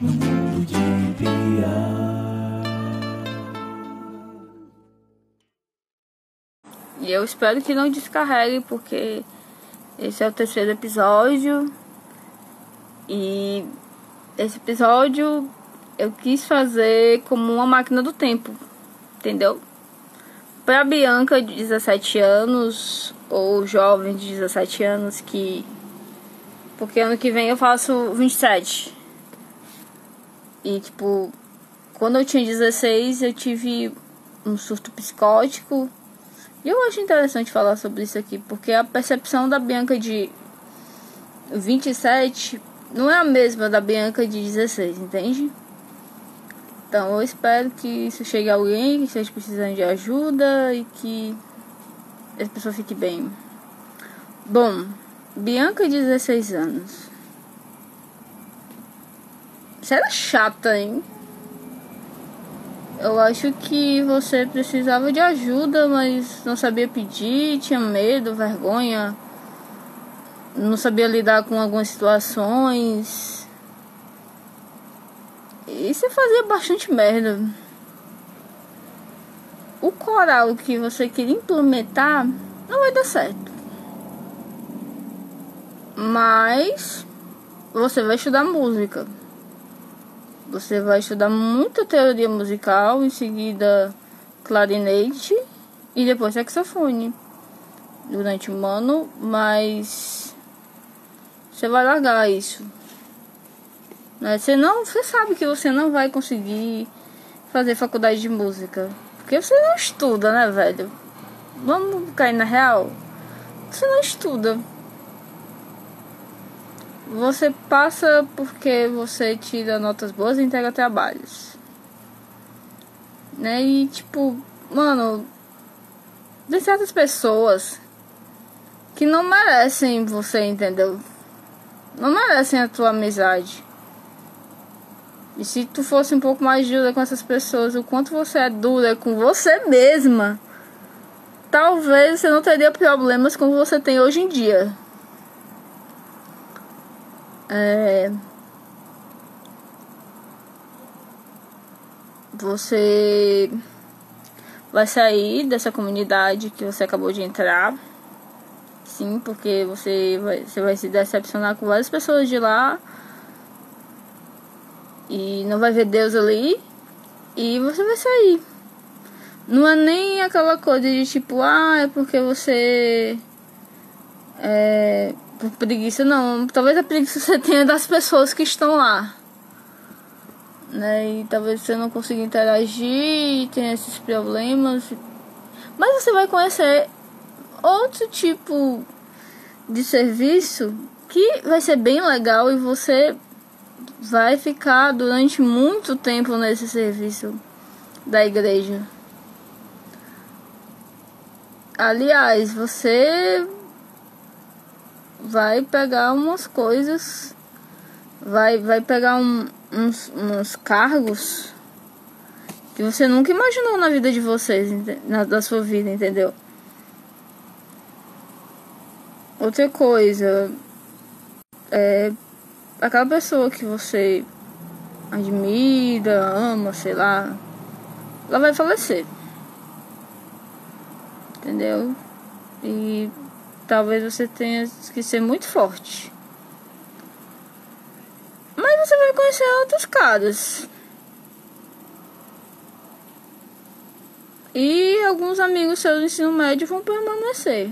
no mundo de Bia. E eu espero que não descarregue, porque esse é o terceiro episódio. E esse episódio eu quis fazer como uma máquina do tempo, entendeu? Pra Bianca de 17 anos, ou jovem de 17 anos, porque ano que vem eu faço 27. E tipo, quando eu tinha 16 eu tive um surto psicótico. E eu acho interessante falar sobre isso aqui, porque a percepção da Bianca de 27 não é a mesma da Bianca de 16, entende? Então eu espero que isso chegue a alguém que esteja precisando de ajuda e que essa pessoa fique bem. Bom, Bianca de 16 anos. Você era chata, hein? Eu acho que você precisava de ajuda, mas não sabia pedir, tinha medo, vergonha, não sabia lidar com algumas situações. E você fazia bastante merda. O coral que você queria implementar não vai dar certo. Mas você vai estudar música. Você vai estudar muita teoria musical, em seguida clarinete e depois saxofone durante um ano, mas você vai largar isso, né? Você sabe que você não vai conseguir fazer faculdade de música, porque você não estuda, né, velho? Vamos cair na real? Você não estuda. Você passa porque você tira notas boas e entrega trabalhos, né? E tipo, mano, tem certas pessoas que não merecem você, entendeu? Não merecem a tua amizade. E se tu fosse um pouco mais dura com essas pessoas, o quanto você é dura com você mesma, talvez você não teria problemas como você tem hoje em dia. Você vai sair dessa comunidade que você acabou de entrar. Sim, porque você vai se decepcionar com várias pessoas de lá e não vai ver Deus ali. E você vai sair. Não é nem aquela coisa de tipo, é porque você por preguiça, não. Talvez a preguiça você tenha das pessoas que estão lá, né? E talvez você não consiga interagir e tenha esses problemas. Mas você vai conhecer outro tipo de serviço que vai ser bem legal e você vai ficar durante muito tempo nesse serviço da igreja. Aliás, você vai pegar umas coisas, vai pegar uns cargos que você nunca imaginou na vida de vocês, da sua vida, entendeu? Outra coisa, aquela pessoa que você admira, ama, sei lá, ela vai falecer, entendeu? E talvez você tenha que ser muito forte. Mas você vai conhecer outros caras. E alguns amigos seus do ensino médio vão permanecer.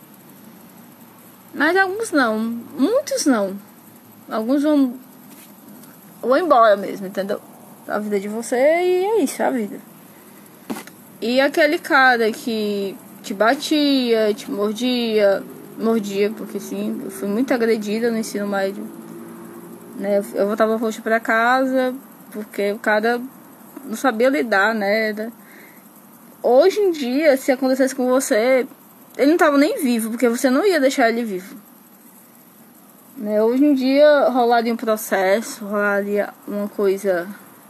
Mas alguns não. Muitos não. Alguns vão embora mesmo, entendeu? A vida de você e é isso, a vida. E aquele cara que te batia, te mordia, porque sim, eu fui muito agredida no ensino médio, né? Eu voltava roxa pra casa porque o cara não sabia lidar, né? Hoje em dia, se acontecesse com você, ele não tava nem vivo, porque você não ia deixar ele vivo, né? Hoje em dia rolaria um processo, rolaria uma coisa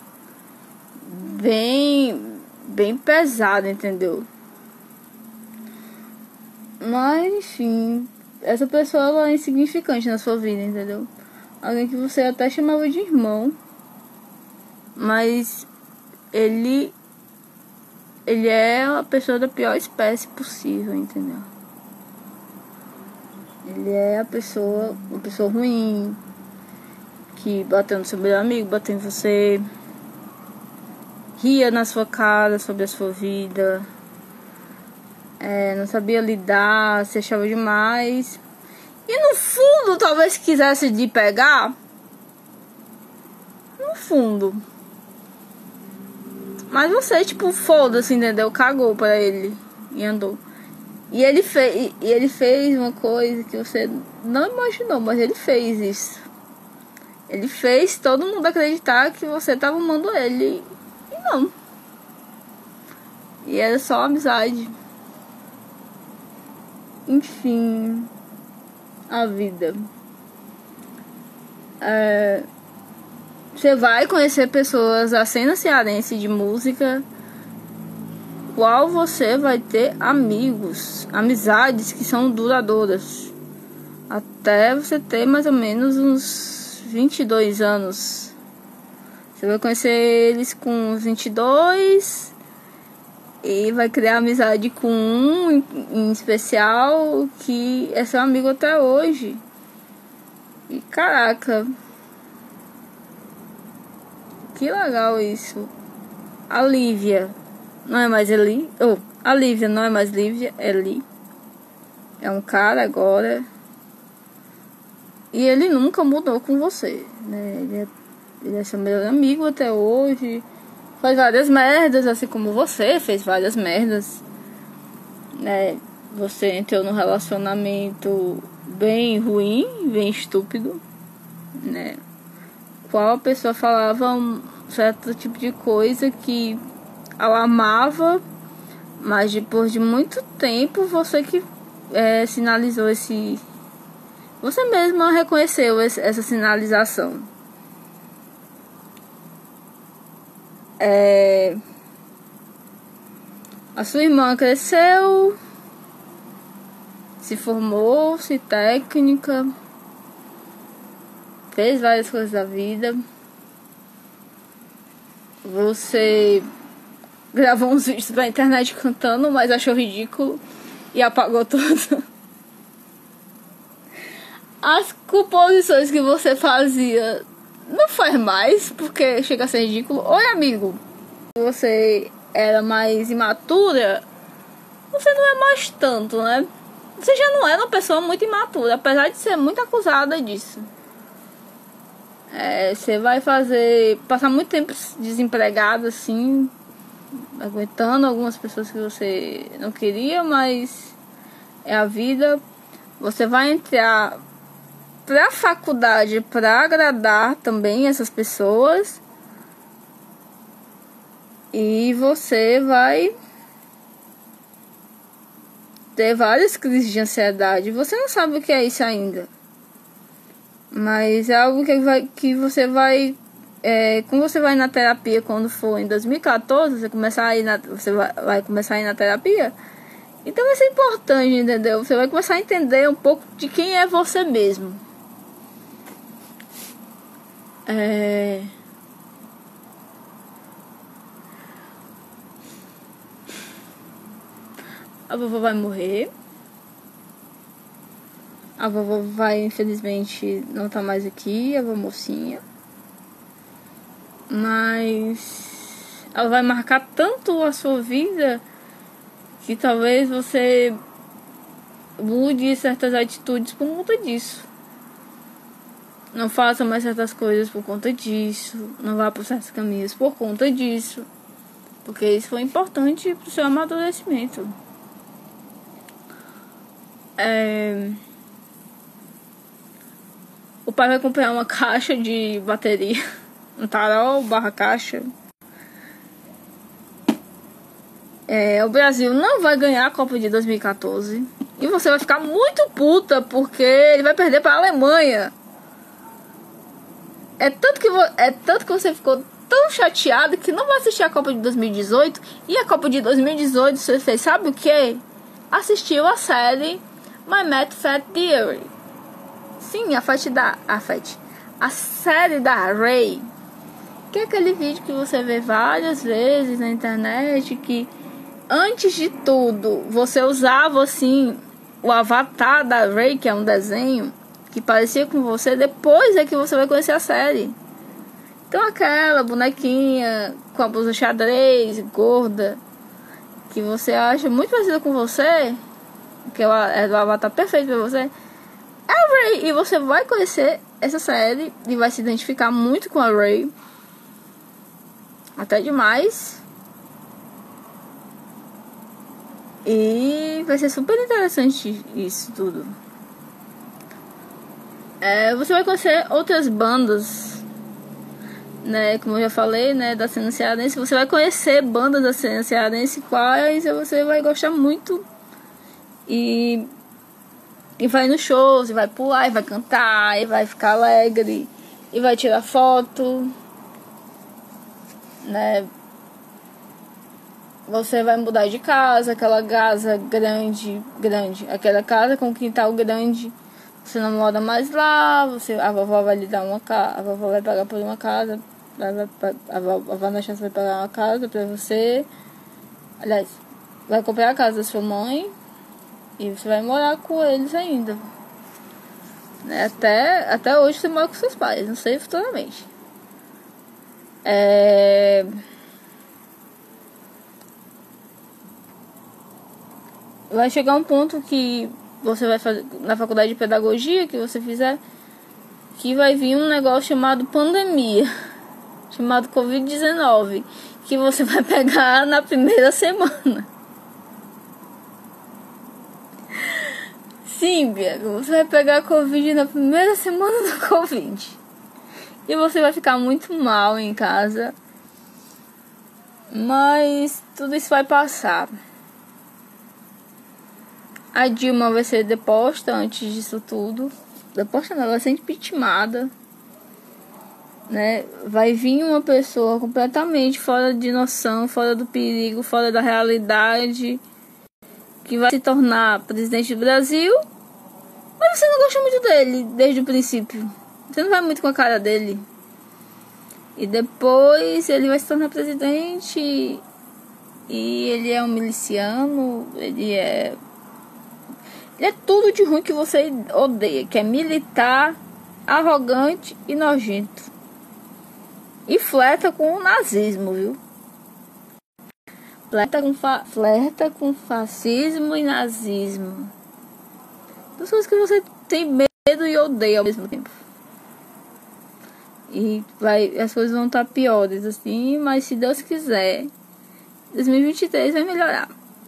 bem pesada, entendeu? Mas enfim, essa pessoa ela é insignificante na sua vida, entendeu? Alguém que você até chamava de irmão, Mas ele é a pessoa da pior espécie possível, entendeu? Ele é uma pessoa ruim, que bateu no seu melhor amigo, bateu em você, ria na sua cara sobre a sua vida, não sabia lidar, se achava demais. E no fundo, talvez quisesse te pegar. No fundo. Mas você, tipo, foda-se, entendeu? Cagou pra ele e andou. E ele fez uma coisa que você não imaginou, mas ele fez isso. Ele fez todo mundo acreditar que você tava amando ele. E não. E era só amizade. Enfim. A vida. Você vai conhecer pessoas da cena cearense de música, qual você vai ter amigos, amizades que são duradouras, até você ter mais ou menos uns 22 anos. Você vai conhecer eles com 22 e vai criar amizade com um em especial que é seu amigo até hoje. E caraca, que legal isso. A Lívia não é mais Eli. A Lívia não é mais Lívia, é Eli. É um cara agora. E ele nunca mudou com você, né? Ele é seu melhor amigo até hoje. Faz várias merdas, assim como você fez várias merdas, né? Você entrou num relacionamento bem ruim, bem estúpido, né? Qual a pessoa falava um certo tipo de coisa que ela amava, mas depois de muito tempo você que sinalizou esse... Você mesma reconheceu essa sinalização. A sua irmã cresceu, se formou-se técnica, fez várias coisas da vida. Você gravou uns vídeos pra internet cantando, mas achou ridículo e apagou tudo. As composições que você fazia não faz mais, porque chega a ser ridículo. Oi, amigo. Você era mais imatura, você não é mais tanto, né? Você já não era uma pessoa muito imatura, apesar de ser muito acusada disso. Você vai passar muito tempo desempregado, assim, aguentando algumas pessoas que você não queria, mas é a vida. Você vai entrar pra faculdade pra agradar também essas pessoas. E você vai ter várias crises de ansiedade. Você não sabe o que é isso ainda, mas é algo que você vai... Quando você vai na terapia, quando for em 2014, você vai começar a ir na terapia. Então vai ser importante, entendeu? Você vai começar a entender um pouco de quem é você mesmo. A vovó vai morrer. A vovó vai, infelizmente, não tá mais aqui, a vovó mocinha. Mas ela vai marcar tanto a sua vida que talvez você mude certas atitudes por conta disso. Não faça mais certas coisas por conta disso. Não vá por certos caminhos por conta disso. Porque isso foi importante pro seu amadurecimento. O pai vai comprar uma caixa de bateria, um tarol / caixa. O Brasil não vai ganhar a Copa de 2014. E você vai ficar muito puta porque ele vai perder para a Alemanha. É tanto que você ficou tão chateado que não vai assistir a Copa de 2018. E a Copa de 2018 você fez, sabe o que? Assistiu a série My Mad Fat Diary. Sim, a série da Ray. Que é aquele vídeo que você vê várias vezes na internet, que antes de tudo você usava assim o avatar da Rey, que é um desenho que parecia com você, depois é que você vai conhecer a série. Então aquela bonequinha com a blusa xadrez, gorda, que você acha muito parecida com você, que é o avatar perfeito pra você, é a Rey. E você vai conhecer essa série e vai se identificar muito com a Rey. Até demais. E vai ser super interessante isso tudo. Você vai conhecer outras bandas, né? Como eu já falei, né? Da cena cearense. Você vai conhecer bandas da cena cearense, quais você vai gostar muito. E vai no show, e vai pular, e vai cantar, e vai ficar alegre, e vai tirar foto, né? Você vai mudar de casa, aquela casa grande, aquela casa com quintal grande. Você não mora mais lá, a vovó vai lhe dar uma casa, a vovó vai pagar por uma casa, a vovó na chance vai pagar uma casa pra você. Aliás, vai comprar a casa da sua mãe e você vai morar com eles ainda. Né? Até hoje você mora com seus pais, não sei futuramente. Vai chegar um ponto que você vai fazer na faculdade de pedagogia que você fizer, que vai vir um negócio chamado pandemia, chamado Covid-19, que você vai pegar na primeira semana. Sim, Bianca, você vai pegar a Covid na primeira semana do Covid. E você vai ficar muito mal em casa. Mas tudo isso vai passar. A Dilma vai ser deposta antes disso tudo. Deposta não, ela vai ser impeachmentada, né? Vai vir uma pessoa completamente fora de noção, fora do perigo, fora da realidade, que vai se tornar presidente do Brasil. Mas você não gosta muito dele desde o princípio. Você não vai muito com a cara dele. E depois ele vai se tornar presidente. E ele é um miliciano. Ele é tudo de ruim que você odeia, que é militar, arrogante e nojento. E flerta com o nazismo, viu? Flerta com fascismo e nazismo. São coisas que você tem medo e odeia ao mesmo tempo. E as coisas vão estar piores assim, mas se Deus quiser, 2023 vai melhorar.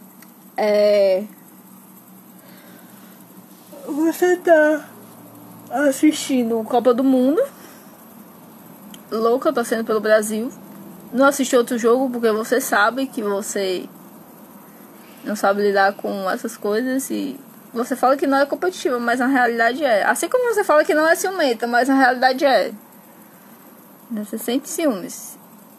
Você tá assistindo Copa do Mundo, louca, torcendo pelo Brasil. Não assistiu outro jogo porque você sabe que você não sabe lidar com essas coisas. E você fala que não é competitiva, mas na realidade é. Assim como você fala que não é ciumenta, mas na realidade é. Você sente ciúmes.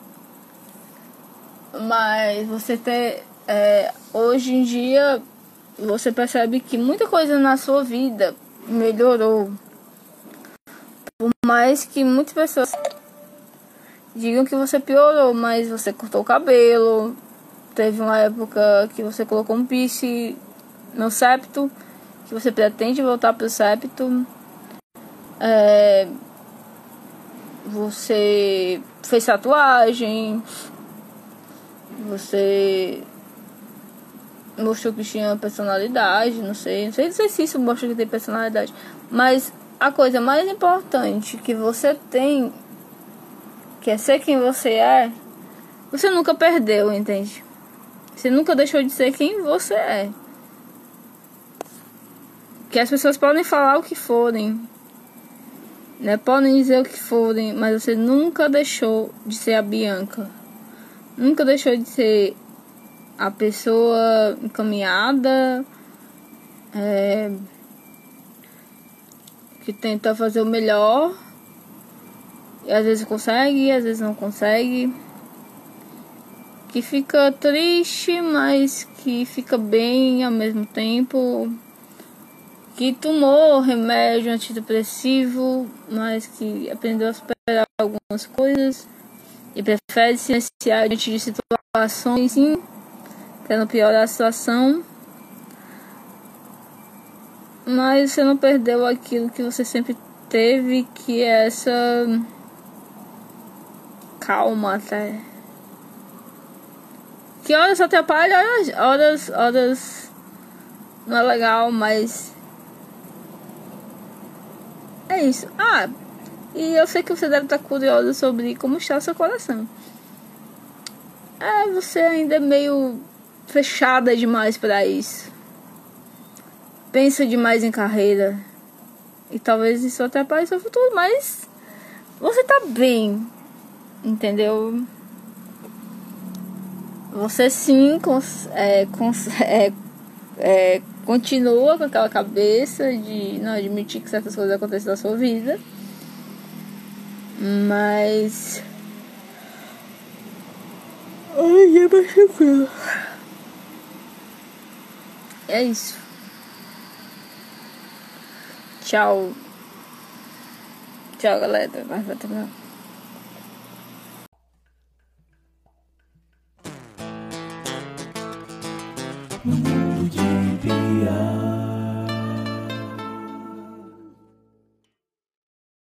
Mas você hoje em dia você percebe que muita coisa na sua vida melhorou. Por mais que muitas pessoas digam que você piorou, mas você cortou o cabelo. Teve uma época que você colocou um piercing no septo, que você pretende voltar pro septo. Você fez tatuagem. Você mostrou que tinha personalidade, não sei se isso mostra que tem personalidade, mas a coisa mais importante que você tem, que é ser quem você é, você nunca perdeu, entende? Você nunca deixou de ser quem você é. Que as pessoas podem falar o que forem, né? Podem dizer o que forem, mas você nunca deixou de ser a Bianca. Nunca deixou de ser a pessoa encaminhada, que tenta fazer o melhor, e às vezes consegue, às vezes não consegue, que fica triste, mas que fica bem ao mesmo tempo, que tomou remédio antidepressivo, mas que aprendeu a superar algumas coisas. e prefere se silenciar diante de situações sim, para não piorar a situação, mas você não perdeu aquilo que você sempre teve, que é essa calma até. Que horas atrapalha, horas não é legal, mas é isso. E eu sei que você deve estar curioso sobre como está o seu coração. Você ainda é meio fechada demais para isso. Pensa demais em carreira. E talvez isso atrapalhe seu futuro, mas você tá bem, entendeu? Você sim continua com aquela cabeça de não admitir que certas coisas acontecem na sua vida, mas é mais tranquilo. É isso. Tchau. Tchau, galera. Vai terminar. No mundo de Bia.